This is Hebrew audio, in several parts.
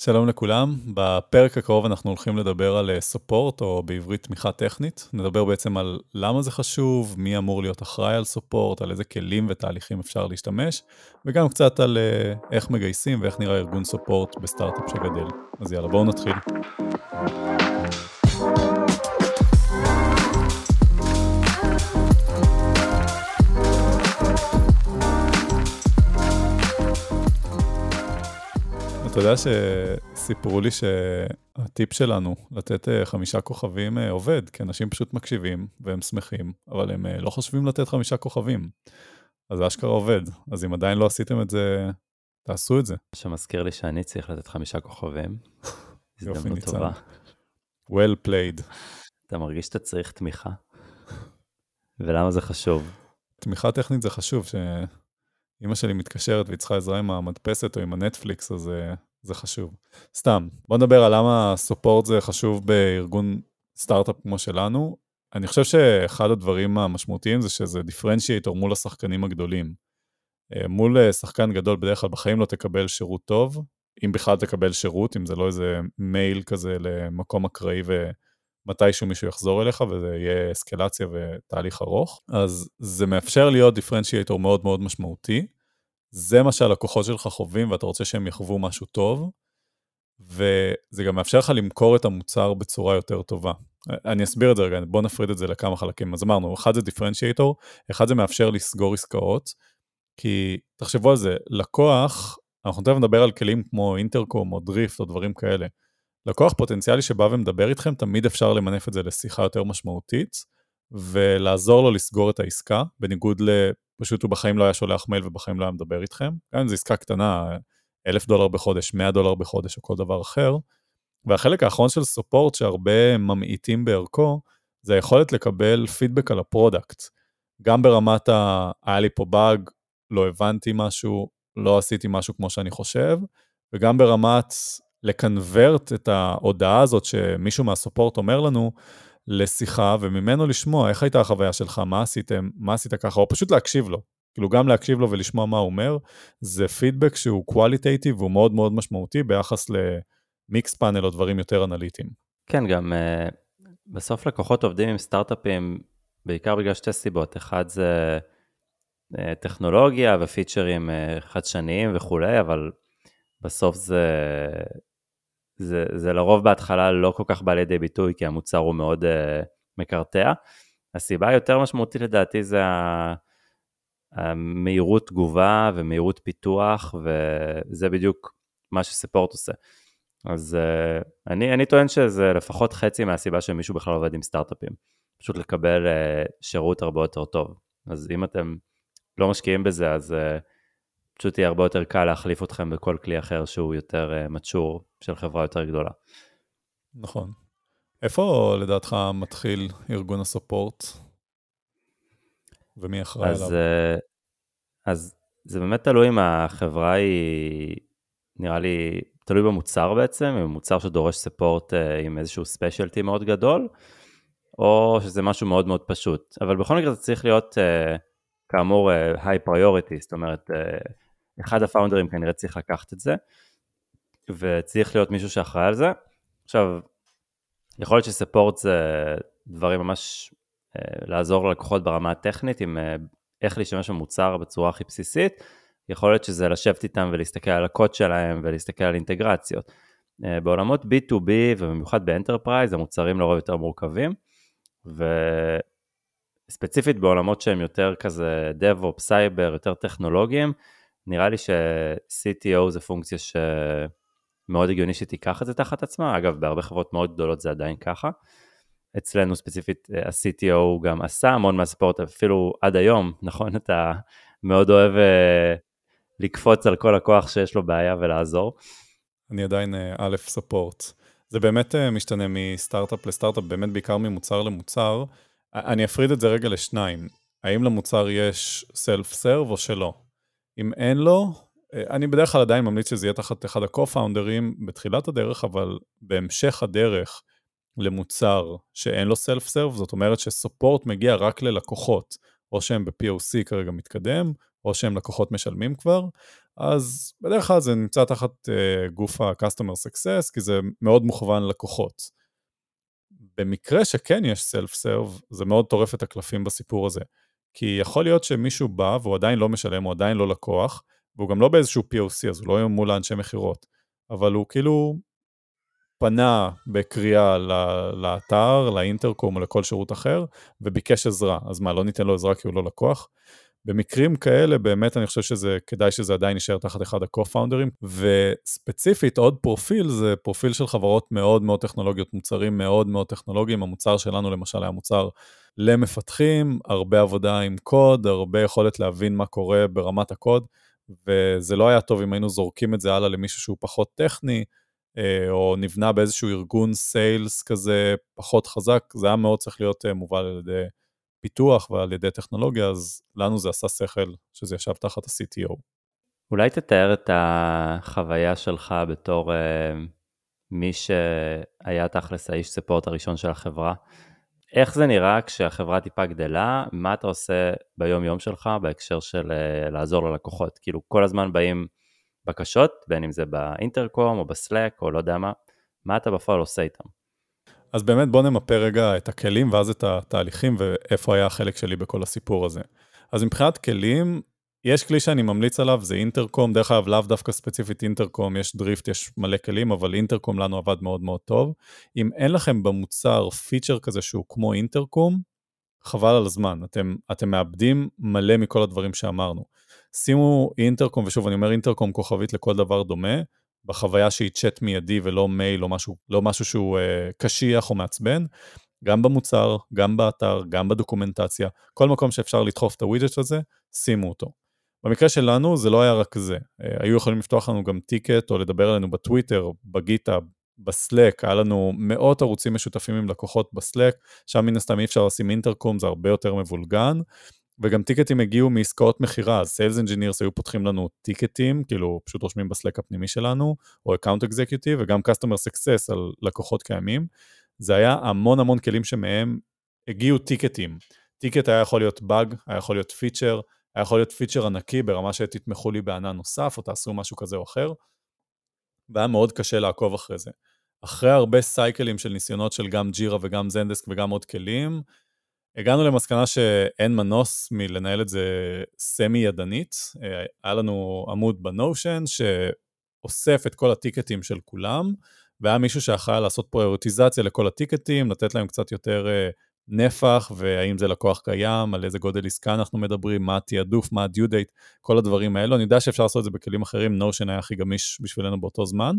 שלום לכולם, בפרק הקרוב אנחנו הולכים לדבר על סופורט, או בעברית תמיכה טכנית. נדבר בעצם על למה זה חשוב, מי אמור להיות אחראי על סופורט, על איזה כלים ותהליכים אפשר להשתמש, וגם קצת על איך מגייסים ואיך נראה ארגון סופורט בסטארט-אפ שגדל. אז יאללה, בואו נתחיל. אתה יודע שסיפרו לי שהטיפ שלנו לתת 5 כוכבים עובד, כי אנשים פשוט מקשיבים והם שמחים, אבל הם לא חושבים לתת 5 כוכבים. אז זה אשכרה עובד. אז אם עדיין לא עשיתם את זה, תעשו את זה. שמזכיר לי שאני צריך לתת 5 כוכבים. יופי, הזדמנות ניצן. טובה. Well played. אתה מרגיש שאתה צריך תמיכה? ולמה זה חשוב? תמיכה טכנית זה חשוב, שאמא שלי מתקשרת והיא צריכה עזרה עם המדפסת או עם הנטפליקס, אז זה חשוב. סתם, בוא נדבר על למה סופורט זה חשוב בארגון סטארט-אפ כמו שלנו. אני חושב שאחד הדברים המשמעותיים זה שזה דיפרנציאטור מול השחקנים הגדולים. מול שחקן גדול בדרך כלל בחיים לא תקבל שירות טוב, אם בכלל תקבל שירות, אם זה לא איזה מייל כזה למקום אקראי ומתישהו מישהו יחזור אליך, וזה יהיה אסקלציה ותהליך ארוך. אז זה מאפשר להיות דיפרנציאטור מאוד מאוד משמעותי. זה מה שהלקוחות שלך חווים, ואתה רוצה שהם יחוו משהו טוב, וזה גם מאפשר לך למכור את המוצר בצורה יותר טובה. אני אסביר את זה רגע, בוא נפריד את זה לכמה חלקים. אז אמרנו, אחד זה דיפרנציאטור, אחד זה מאפשר לסגור עסקאות, כי תחשבו על זה, לקוח, אנחנו תכף נדבר על כלים כמו אינטרקום או דריפט או דברים כאלה, לקוח פוטנציאלי שבא ומדבר איתכם, תמיד אפשר למנף את זה לשיחה יותר משמעותית, ולעזור לו לסגור את העסקה, בניגוד פשוט הוא בחיים לא היה שולח מייל ובחיים לא היה מדבר איתכם, גם אם זו עסקה קטנה, $1,000 בחודש, $100 בחודש או כל דבר אחר, והחלק האחרון של סופורט שהרבה ממעיטים בערכו, זה היכולת לקבל פידבק על הפרודקט, גם ברמת היה לי פה באג, לא הבנתי משהו, לא עשיתי משהו כמו שאני חושב, וגם ברמת לקנברט את ההודעה הזאת שמישהו מהסופורט אומר לנו לשיחה, וממנו לשמוע איך הייתה החוויה שלך, מה עשיתם, מה עשית ככה, או פשוט להקשיב לו. כאילו גם להקשיב לו ולשמוע מה הוא אומר, זה פידבק שהוא קואליטייטיב, והוא מאוד מאוד משמעותי ביחס למיקס פאנל או דברים יותר אנליטיים. כן, גם בסוף לקוחות עובדים עם סטארט-אפים, בעיקר בגלל 2 סיבות. אחד זה טכנולוגיה ופיצ'רים חדשניים וכולי, אבל בסוף זה לרוב בהתחלה לא כל כך בא לידי ביטוי, כי המוצר הוא מאוד מקרטע. הסיבה היותר משמעותית לדעתי זה המהירות תגובה ומהירות פיתוח, וזה בדיוק מה שספורט עושה. אז אני טוען שזה לפחות חצי מהסיבה שמישהו בכלל עובד עם סטארט-אפים, פשוט לקבל שירות הרבה יותר טוב. אז אם אתם לא משקיעים בזה, אז פשוט יהיה הרבה יותר קל להחליף אתכם בכל כלי אחר שהוא יותר מצ'ור של חברה יותר גדולה. נכון. איפה לדעתך מתחיל ארגון הסופורט? ומי אחראי עליו? אז זה באמת תלוי אם החברה היא, נראה לי, תלוי במוצר בעצם, אם מוצר שדורש ספורט עם איזשהו ספיישלטי מאוד גדול, או שזה משהו מאוד מאוד פשוט. אבל בכל מקרה זה צריך להיות, כאמור, high priority, זאת אומרת, אחד הפאונדרים כנראה צריך לקחת את זה, וצריך להיות מישהו שאחראי על זה. עכשיו, יכול להיות שספורט זה דברים ממש לעזור ללקוחות ברמה הטכנית, עם איך להשתמש במוצר בצורה הכי בסיסית, יכול להיות שזה לשבת איתם ולהסתכל על הקוד שלהם ולהסתכל על אינטגרציות. בעולמות B2B ובמיוחד באנטרפרייז, המוצרים לרוב יותר מורכבים, וספציפית בעולמות שהם יותר כזה DevOps, סייבר, יותר טכנולוגיים, נראה לי ש-CTO זה פונקציה שמאוד הגיוני שתיקח את זה תחת עצמה, אגב בהרבה חברות מאוד גדולות זה עדיין ככה, אצלנו ספציפית ה-CTO גם עשה המון מהספורט, אפילו עד היום, נכון? אתה מאוד אוהב לקפוץ על כל הכוח שיש לו בעיה ולעזור. אני עדיין א' ספורט. זה באמת משתנה מסטארט-אפ לסטארט-אפ, באמת בעיקר ממוצר למוצר. אני אפריד את זה רגע לשניים. האם למוצר יש סלף-סרב או שלא? אם אין לו, אני בדרך כלל עדיין ממליץ שזה יהיה תחת אחד הקו-פאונדרים בתחילת הדרך, אבל בהמשך הדרך למוצר שאין לו סלף-סרב, זאת אומרת שסופורט מגיע רק ללקוחות, או שהם ב-POC כרגע מתקדם, או שהם לקוחות משלמים כבר, אז בדרך כלל זה נמצא תחת גוף ה-Customer Success, כי זה מאוד מוכוון לקוחות. במקרה שכן יש Self-Serve, זה מאוד טורף את הקלפים בסיפור הזה, כי יכול להיות שמישהו בא והוא עדיין לא משלם, הוא עדיין לא לקוח, והוא גם לא באיזשהו POC, אז הוא לא מול האנשי מחירות, אבל הוא כאילו פנה בקריאה לאתר, לאינטרקום או לכל שירות אחר, וביקש עזרה. אז מה, לא ניתן לו עזרה כי הוא לא לקוח? במקרים כאלה, באמת אני חושב שזה, כדאי שזה עדיין יישאר תחת אחד ה-co-founders, וספציפית עוד פרופיל, זה פרופיל של חברות מאוד מאוד טכנולוגיות, מוצרים מאוד מאוד טכנולוגיים, המוצר שלנו למשל היה מוצר למפתחים, הרבה עבודה עם קוד, הרבה יכולת להבין מה קורה ברמת הקוד, וזה לא היה טוב אם היינו זורקים את זה הלאה למישהו שהוא פחות טכני, או נבנה באיזשהו ארגון סיילס כזה פחות חזק, זה היה מאוד צריך להיות מובל על ידי פיתוח ועל ידי טכנולוגיה, אז לנו זה עשה שכל שזה ישב תחת ה-CTO. אולי תתאר את החוויה שלך בתור מי שהיה תכלס האיש ספורט הראשון של החברה. איך זה נראה כשהחברה טיפה גדלה? מה אתה עושה ביום יום שלך בהקשר של לעזור ללקוחות? כאילו כל הזמן באים בקשות, בין אם זה באינטרקום או בסלק או לא יודע מה אתה בפועל עושה איתם? אז באמת בוא נמפה רגע את הכלים ואז את התהליכים ואיפה היה החלק שלי בכל הסיפור הזה. אז מבחינת כלים, יש כלי שאני ממליץ עליו, זה אינטרקום, דרך אגב לאו דווקא ספציפית אינטרקום, יש דריפט, יש מלא כלים, אבל אינטרקום לנו עבד מאוד מאוד טוב. אם אין לכם במוצר פיצ'ר כזה שהוא כמו אינטרקום, חבל על הזמן, אתם מאבדים מלא מכל הדברים שאמרנו. שימו אינטרקום, ושוב אני אומר אינטרקום כוכבית לכל דבר דומה, בחוויה שהיא צ'אט מיידי ולא מייל או משהו, לא משהו שהוא קשיח או מעצבן, גם במוצר, גם באתר, גם בדוקומנטציה, כל מקום שאפשר לדחוף את הווידג'ט הזה, שימו אותו. במקרה שלנו זה לא היה רק זה, היו יכולים לפתוח לנו גם טיקט או לדבר עלינו בטוויטר, בגיטהאב, בסלק, היה לנו מאות ערוצים משותפים עם לקוחות בסלק, שם מן הסתם אי אפשר לשים אינטרקום, זה הרבה יותר מבולגן, וגם טיקטים הגיעו מעסקאות מחירה, אז Sales Engineers היו פותחים לנו טיקטים, כאילו פשוט רושמים בסלק הפנימי שלנו, או Account Executive, וגם Customer Success על לקוחות קיימים, זה היה המון המון כלים שמהם הגיעו טיקטים, טיקט היה יכול להיות באג, היה יכול להיות פיצ'ר, היה יכול להיות פיצ'ר ענקי ברמה שתתמכו לי בענן נוסף, או תעשו משהו כזה או אחר, והיה מאוד קשה לעקוב אחרי זה. אחרי הרבה סייקלים של ניסיונות של גם ג'ירה וגם זנדסק וגם עוד כלים, הגענו למסקנה שאין מנוס מלנהל את זה סמי ידנית. היה לנו עמוד בנושן שאוסף את כל הטיקטים של כולם, והיה מישהו שאחראי לעשות פריוריטיזציה לכל הטיקטים, לתת להם קצת יותר נפח, והאם זה לקוח קיים, על איזה גודל עסקה אנחנו מדברים, מה התיעדוף, מה הדיו דייט, כל הדברים האלו. אני יודע שאפשר לעשות את זה בכלים אחרים, נושן היה הכי גמיש בשבילנו באותו זמן,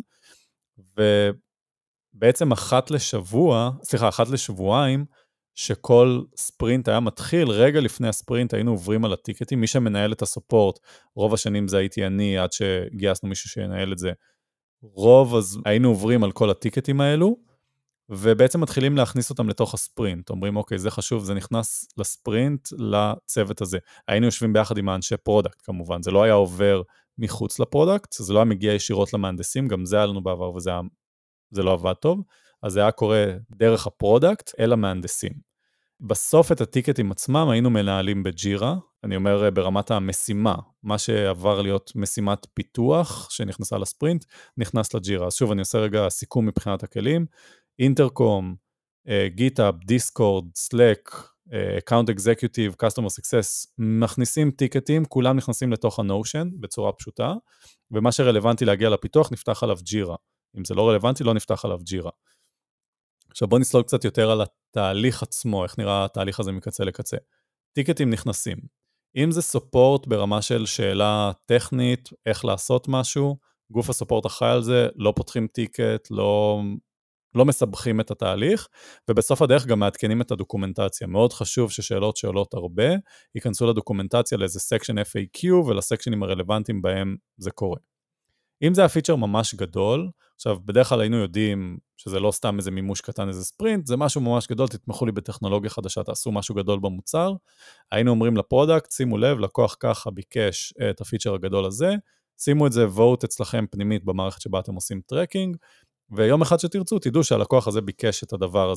ובעצם אחת לשבועיים, שכל ספרינט היה מתחיל, רגע לפני הספרינט היינו עוברים על הטיקטים, מי שמנהל את הסופורט, רוב השנים זה הייתי אני, עד שגייסנו מישהו שינהל את זה, אז היינו עוברים על כל הטיקטים האלו, ובעצם מתחילים להכניס אותם לתוך הספרינט, אומרים אוקיי זה חשוב, זה נכנס לספרינט, לצוות הזה, היינו יושבים ביחד עם האנשי פרודקט כמובן, זה לא היה עובר מחוץ לפרודקט, זה לא היה מגיע ישירות למהנדסים, גם זה היה לנו בעבר וזה לא עבד טוב, אז זה היה קורה דרך הפרודקט אל המהנדסים. בסוף את הטיקטים עצמם היינו מנהלים בג'ירה, אני אומר ברמת המשימה, מה שעבר להיות משימת פיתוח שנכנסה לספרינט, נכנס לג'ירה. אז שוב אני עושה רגע סיכום מבחינת הכלים, אינטרקום, גיטהאב, דיסקורד, סלק, אקאונט אקזקיוטיב, קסטומר סקסס, מכניסים טיקטים, כולם נכנסים לתוך הנושן בצורה פשוטה, ומה שרלוונטי להגיע לפיתוח נפתח עליו ג'ירה. אם זה לא רלוונטי, לא נפתח עליו ג'ירה. עכשיו בוא נסלול קצת יותר על התהליך עצמו, איך נראה התהליך הזה מקצה לקצה. טיקטים נכנסים. אם זה סופורט ברמה של שאלה טכנית, איך לעשות משהו, גוף הסופורט אחראי על זה, לא פותחים טיקט, לא מסבכים את התהליך, ובסוף הדרך גם מעדכנים את הדוקומנטציה. מאוד חשוב ששאלות שעולות הרבה, ייכנסו לדוקומנטציה לאיזה סקשן FAQ, ולסקשנים הרלוונטיים בהם זה קורה. אם זה הפיצ'ר ממש גדול, עכשיו בדרך כלל היינו יודעים שזה לא סתם איזה מימוש קטן, איזה ספרינט, זה משהו ממש גדול, תתמכו לי בטכנולוגיה חדשה, תעשו משהו גדול במוצר, היינו אומרים לפרודקט, שימו לב, לקוח ככה ביקש את הפיצ'ר הגדול הזה, שימו את זה vote אצלכם פנימית במערכת שבה אתם עושים טרקינג, ויום אחד שתרצו, תדעו שהלקוח הזה ביקש את הדבר הזה.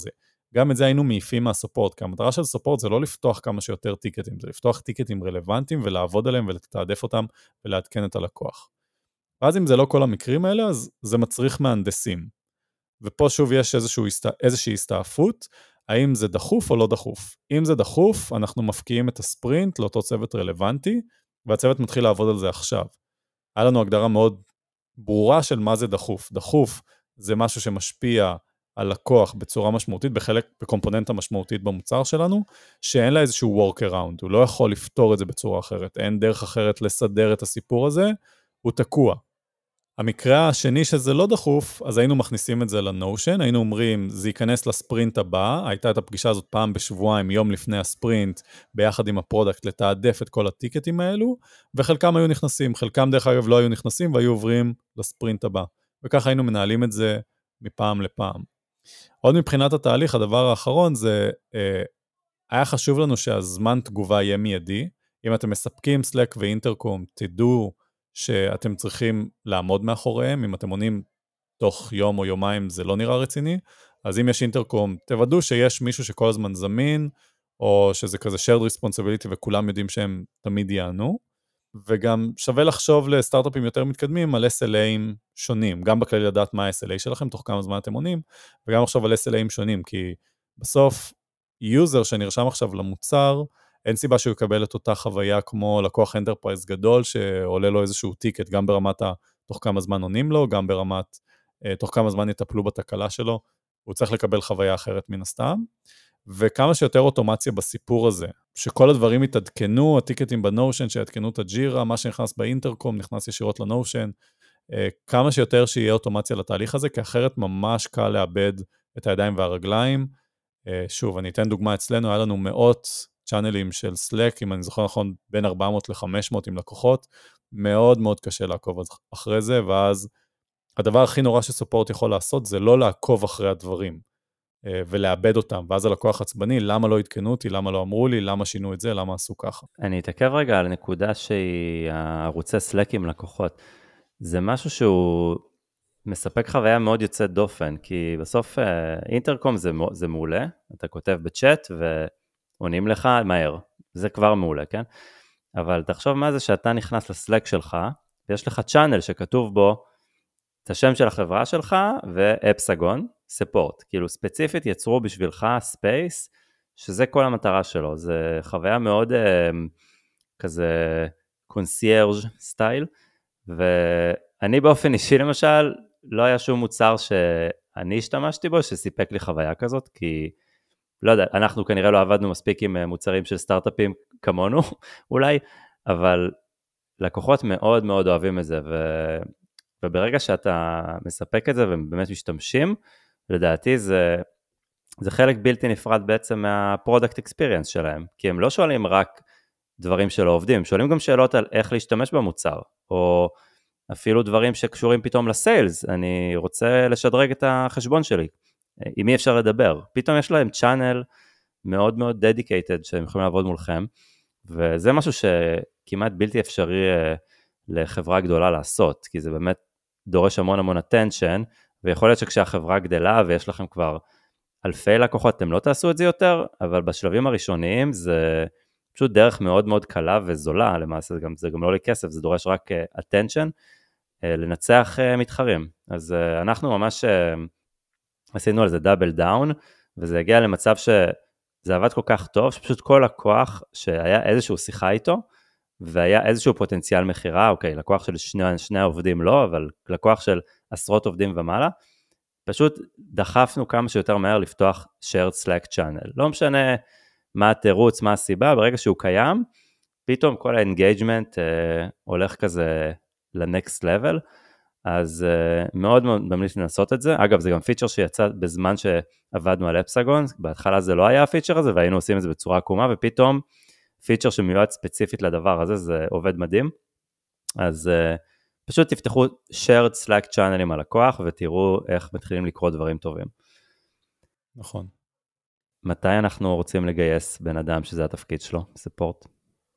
גם את זה היינו מעיפים מהסופורט, כי המטרה של סופורט זה לא לפתוח כמה שיותר טיקטים, זה לפתוח טיקטים רלוונטיים ולעבוד עליהם ולתעדף אותם ולעדכן את הלקוח. ואז אם זה לא כל המקרים האלה, אז זה מצריך מהנדסים. ופה שוב יש איזושהי הסתעפות, האם זה דחוף או לא דחוף. אם זה דחוף, אנחנו מפקיעים את הספרינט לאותו צוות רלוונטי, והצוות מתחיל לעבוד על זה עכשיו. היה לנו הגדרה מאוד ברורה של מה זה דחוף. דחוף זה משהו שמשפיע על לקוח בצורה משמעותית, בקומפוננטה משמעותית במוצר שלנו, שאין לה איזשהו workaround, הוא לא יכול לפתור את זה בצורה אחרת, אין דרך אחרת לסדר את הסיפור הזה, הוא תקוע. המקרה השני שזה לא דחוף, אז היינו מכניסים את זה לנושן, היינו אומרים, זה ייכנס לספרינט הבא, הייתה את הפגישה הזאת פעם בשבועיים, יום לפני הספרינט, ביחד עם הפרודקט, לתעדף את כל הטיקטים האלו, וחלקם היו נכנסים, חלקם דרך אגב לא היו נכנסים, והיו עוברים לספרינט הבא. וככה היינו מנהלים את זה מפעם לפעם. עוד מבחינת התהליך, הדבר האחרון זה, היה חשוב לנו שהזמן תגובה יהיה מיידי, אם אתם מספקים Slack ואינטרקום, תדעו שאתם צריכים לעמוד מאחוריהם, אם אתם עונים תוך יום או יומיים זה לא נראה רציני, אז אם יש אינטרקום, תוודאו שיש מישהו שכל הזמן זמין, או שזה כזה shared responsibility וכולם יודעים שהם תמיד יענו, וגם שווה לחשוב לסטארט-אפים יותר מתקדמים על SLAים שונים, גם בכלל לדעת מה ה-SLA שלכם, תוך כמה זמן אתם עונים, וגם לחשוב על SLAים שונים, כי בסוף יוזר שנרשם עכשיו למוצר, אין סיבה שהוא יקבל את אותה חוויה כמו לקוח אנטרפרייז גדול, שעולה לו איזשהו טיקט, גם ברמת תוך כמה זמן עונים לו, גם ברמת תוך כמה זמן יטפלו בתקלה שלו, הוא צריך לקבל חוויה אחרת מן הסתם, וכמה שיותר אוטומציה בסיפור הזה, שכל הדברים יתעדכנו, הטיקטים בנושן, שיעדכנו את הג'ירה, מה שנכנס באינטרקום, נכנס ישירות לנושן, כמה שיותר שיהיה אוטומציה לתהליך הזה, כי אחרת ממש קל לאבד את הידיים והרגליים. שוב, אני אתן דוגמה אצלנו, היה לנו מאות צ'אנלים של Slack, אם אני זוכר נכון, בין 400 ל-500 עם לקוחות, מאוד מאוד קשה לעקוב אחרי זה, ואז הדבר הכי נורא שסופורט יכול לעשות, זה לא לעקוב אחרי הדברים, ולאבד אותם, ואז הלקוח עצבני, למה לא התקנו אותי, למה לא אמרו לי, למה שינו את זה, למה עשו ככה. אני אתעכב רגע על נקודה שהיא ערוצי Slack עם לקוחות. זה משהו שהוא מספק חוויה מאוד יוצאת דופן, כי בסוף אינטרקום זה מעולה, אתה כותב בצ'אט ועונים לך מהר, זה כבר מעולה, כן? אבל תחשוב מה זה שאתה נכנס לסלק שלך, ויש לך צ'אנל שכתוב בו את השם של החברה שלך ואפסגון, ספורט, כאילו ספציפית יצרו בשבילך ספייס, שזה כל המטרה שלו, זה חוויה מאוד כזה קונסיירג' סטייל, ואני באופן אישי למשל, לא היה שום מוצר שאני השתמשתי בו, שסיפק לי חוויה כזאת, כי לא יודע, אנחנו כנראה לא עבדנו מספיק עם מוצרים של סטארט-אפים כמונו, אולי, אבל לקוחות מאוד מאוד אוהבים את זה, וברגע שאתה מספק את זה ובאמת משתמשים, לדעתי זה חלק בלתי נפרד בעצם מהפרודקט אקספיריאנס שלהם, כי הם לא שואלים רק דברים שלא עובדים, הם שואלים גם שאלות על איך להשתמש במוצר, או אפילו דברים שקשורים פתאום לסיילס, אני רוצה לשדרג את החשבון שלי, עם מי אפשר לדבר, פתאום יש להם צ'אנל מאוד מאוד dedicated שהם יכולים לעבוד מולכם, וזה משהו שכמעט בלתי אפשרי לחברה גדולה לעשות, כי זה באמת דורש המון המון attention, ויכול להיות שכשהחברה גדלה ויש לכם כבר אלפי לקוחות, אתם לא תעשו את זה יותר, אבל בשלבים הראשוניים זה פשוט דרך מאוד מאוד קלה וזולה, למעשה זה גם לא עולה כסף, זה דורש רק attention, לנצח מתחרים. אז אנחנו ממש עשינו על זה דאבל דאון, וזה הגיע למצב שזה עבד כל כך טוב, שפשוט כל לקוח שהיה איזשהו שיחה איתו, והיה איזשהו פוטנציאל מחירה, אוקיי, לקוח של שני העובדים לא, אבל לקוח של עשרות עובדים ומעלה, פשוט דחפנו כמה שיותר מהר לפתוח shared Slack channel. לא משנה מה התירוץ, מה הסיבה, ברגע שהוא קיים, פתאום כל האנגייג'מנט הולך כזה ל-next level, אז מאוד מאוד ממליץ לנסות את זה. אגב, זה גם פיצ'ר שיצא בזמן שעבדנו על אפסגון, בהתחלה זה לא היה הפיצ'ר הזה, והיינו עושים את זה בצורה עקומה, ופתאום פיצ'ר שמיועד ספציפית לדבר הזה, זה עובד מדהים. אז פשוט תפתחו shared Slack channel עם הלקוח, ותראו איך מתחילים לקרות דברים טובים. נכון. מתי אנחנו רוצים לגייס בן אדם שזה התפקיד שלו, ספורט?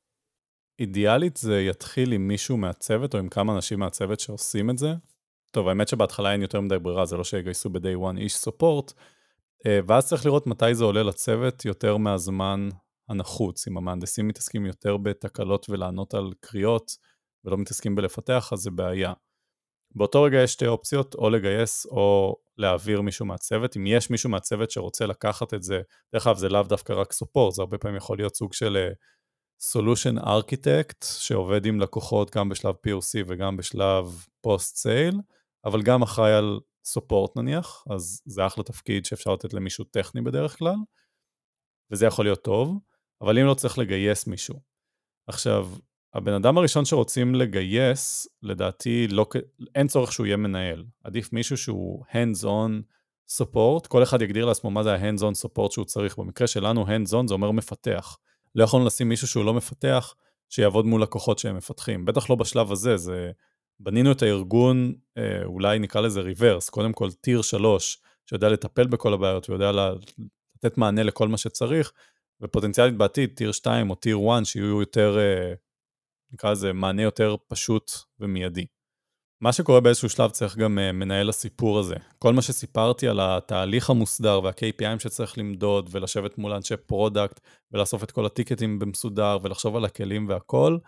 אידיאלית זה יתחיל עם מישהו מהצוות, או עם כמה אנשים מהצוות שעושים את זה. טוב, האמת שבהתחלה אין יותר מדי ברירה, זה לא שיגייסו ב-day one איש ספורט, ואז צריך לראות מתי זה עולה לצוות יותר מהזמן הנחוץ. אם המהנדסים מתעסקים יותר בתקלות ולענות על קריאות, ולא מתעסקים בלפתח, אז זה בעיה. באותו רגע יש שתי אופציות, או לגייס או להעביר מישהו מהצוות. אם יש מישהו מהצוות שרוצה לקחת את זה, דרך אגב זה לאו דווקא רק סופורט, זה הרבה פעמים יכול להיות סוג של solution architect, שעובד עם לקוחות גם בשלב POC וגם בשלב post-sale, אבל גם אחראי על סופורט נניח, אז זה אחלה תפקיד שאפשר לתת למישהו טכני בדרך כלל, וזה יכול להיות טוב, אבל אם לא צריך לגייס מישהו. עכשיו, הבן אדם הראשון שרוצים לגייס, לדעתי אין צורך שהוא יהיה מנהל. עדיף מישהו שהוא hands-on support, כל אחד יגדיר לעצמו מה זה ה-hands-on support שהוא צריך. במקרה שלנו hands-on זה אומר מפתח. לא יכולנו לשים מישהו שהוא לא מפתח, שיעבוד מול לקוחות שהם מפתחים. בטח לא בשלב הזה, בנינו את הארגון, אולי נקרא לזה reverse, קודם כל טיר 3, שיודע לטפל בכל הבעיות, ויודע לתת מענה לכל מה שצריך, ופוטנציאלית בעתיד, טיר 2 או טיר 1, שיהיו יותר, נקרא לזה, מענה יותר פשוט ומיידי. מה שקורה באיזשהו שלב צריך גם מנהל הסיפור הזה. כל מה שסיפרתי על התהליך המוסדר וה-KPI'ים שצריך למדוד, ולשבת מול אנשי פרודקט, ולאסוף את כל הטיקטים במסודר, ולחשוב על הכלים והכל,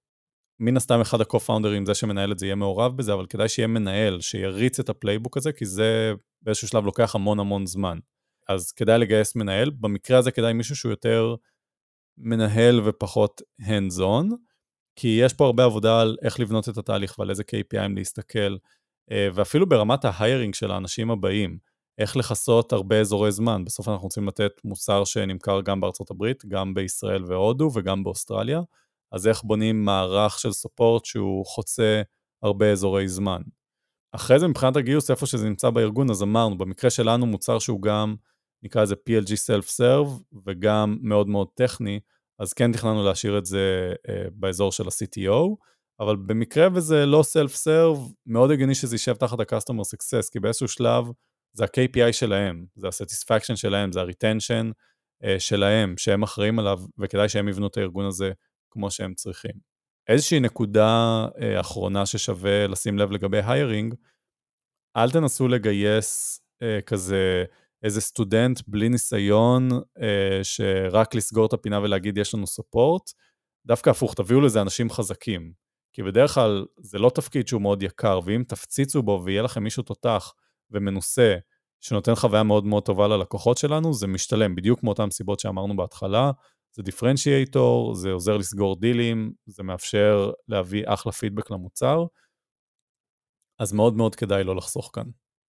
מן הסתם אחד הקו-פאונדרים זה שמנהל את זה יהיה מעורב בזה, אבל כדאי שיהיה מנהל שיריץ את הפלייבוק הזה, כי זה באיזשהו שלב לוקח המון המון זמן. אז כדאי לגייס מנהל, במקרה הזה כדאי מישהו שהוא יותר מנהל ופחות hands-on, כי יש פה הרבה עבודה על איך לבנות את התהליך ועל איזה KPI'ים להסתכל, ואפילו ברמת ההיירינג של האנשים הבאים, איך לחסות הרבה אזורי זמן. בסוף אנחנו רוצים לתת מוצר שנמכר גם בארצות הברית, גם בישראל והודו וגם באוסטרליה, אז איך בונים מערך של סופורט שהוא חוצה הרבה אזורי זמן. אחרי זה מבחינת הגיוס, איפה שזה נמצא בארגון, אז אמרנו, במקרה שלנו מוצר שהוא גם, נקרא לזה PLG Self-Serve, וגם מאוד מאוד טכני, אז כן תכננו להשאיר את זה באזור של ה-CTO, אבל במקרה וזה לא Self-Serve, מאוד הגיוני שזה יישב תחת ה-Customer Success, כי באיזשהו שלב זה ה-KPI שלהם, זה ה-Satisfaction שלהם, זה ה-Retention שלהם, שהם אחראים עליו, וכדאי שהם יבנו את הארגון הזה כמו שהם צריכים. איזושהי נקודה אחרונה ששווה לשים לב לגבי היירינג, אל תנסו לגייס כזה איזה סטודנט בלי ניסיון, שרק לסגור את הפינה ולהגיד יש לנו סופורט, דווקא הפוך, תביאו לזה אנשים חזקים, כי בדרך כלל זה לא תפקיד שהוא מאוד יקר, ואם תפציצו בו ויהיה לכם מישהו תותח ומנוסה, שנותן חוויה מאוד מאוד טובה ללקוחות שלנו, זה משתלם, בדיוק מאותן סיבות שאמרנו בהתחלה, זה דיפרנציאטור, זה עוזר לסגור דילים, זה מאפשר להביא אחלה פידבק למוצר, אז מאוד מאוד כדאי לא לחסוך כאן.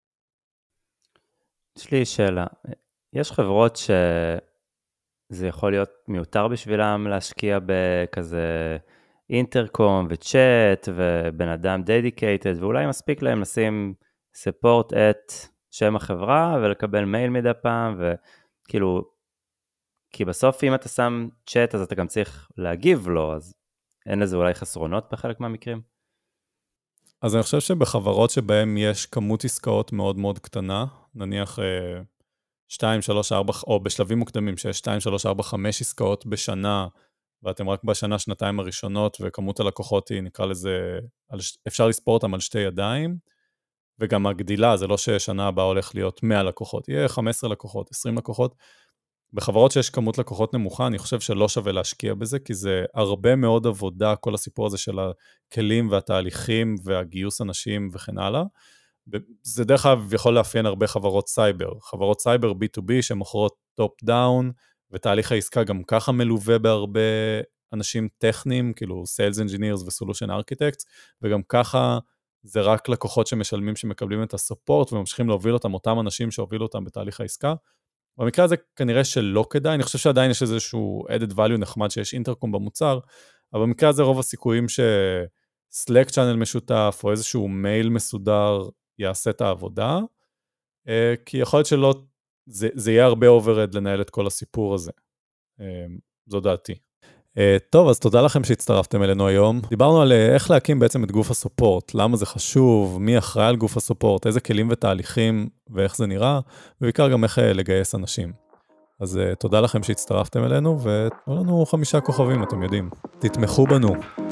יש לי שאלה, יש חברות שזה יכול להיות מיותר בשבילם להשקיע בכזה אינטרקום וצ'אט ובן אדם דדיקייטד, ואולי מספיק להם לשים ספורט את שם החברה ולקבל מייל מדי פעם, וכאילו, כי בסוף אם אתה שם צ'אט אז אתה גם צריך להגיב לו, אז אין לזה אולי חסרונות בחלק מהמקרים? אז אני חושב שבחברות שבהן יש כמות עסקאות מאוד מאוד קטנה, נניח 2, 3, 4, או בשלבים מוקדמים שיש 2, 3, 4, 5 עסקאות בשנה, ואתם רק בשנה, שנתיים הראשונות, וכמות הלקוחות היא, נקרא לזה, אפשר לספור אותם על 2 ידיים, וגם הגדילה, זה לא ששנה הבאה הולך להיות 100 לקוחות, יהיה 15 לקוחות, 20 לקוחות. בחברות שיש כמות לקוחות נמוכה, אני חושב שלא שווה להשקיע בזה, כי זה הרבה מאוד עבודה, כל הסיפור הזה של הכלים והתהליכים והגיוס אנשים וכן הלאה. זה דרך אגב יכול לאפיין הרבה חברות סייבר. חברות סייבר B2B שמוכרות טופ דאון, ותהליך העסקה גם ככה מלווה בהרבה אנשים טכניים, כאילו Sales Engineers ו-Solution Architects, וגם ככה זה רק לקוחות שמשלמים שמקבלים את הסופורט, וממשיכים להוביל אותם אנשים שהובילו אותם בתהליך העסקה. במקרה הזה כנראה שלא כדאי, אני חושב שעדיין יש איזשהו added value נחמד שיש אינטרקום במוצר, אבל במקרה הזה רוב הסיכויים ש-Slack channel משותף או איזשהו מייל מסודר יעשה את העבודה, כי יכול להיות שלא, זה יהיה הרבה overhead לנהל את כל הסיפור הזה. זו דעתי. טוב, אז תודה לכם שהצטרפתם אלינו היום. דיברנו על איך להקים בעצם את גוף הסופורט, למה זה חשוב, מי אחראי על גוף הסופורט, איזה כלים ותהליכים ואיך זה נראה, ובעיקר גם איך לגייס אנשים. אז תודה לכם שהצטרפתם אלינו, ותנו לנו 5 כוכבים, אתם יודעים. תתמכו בנו.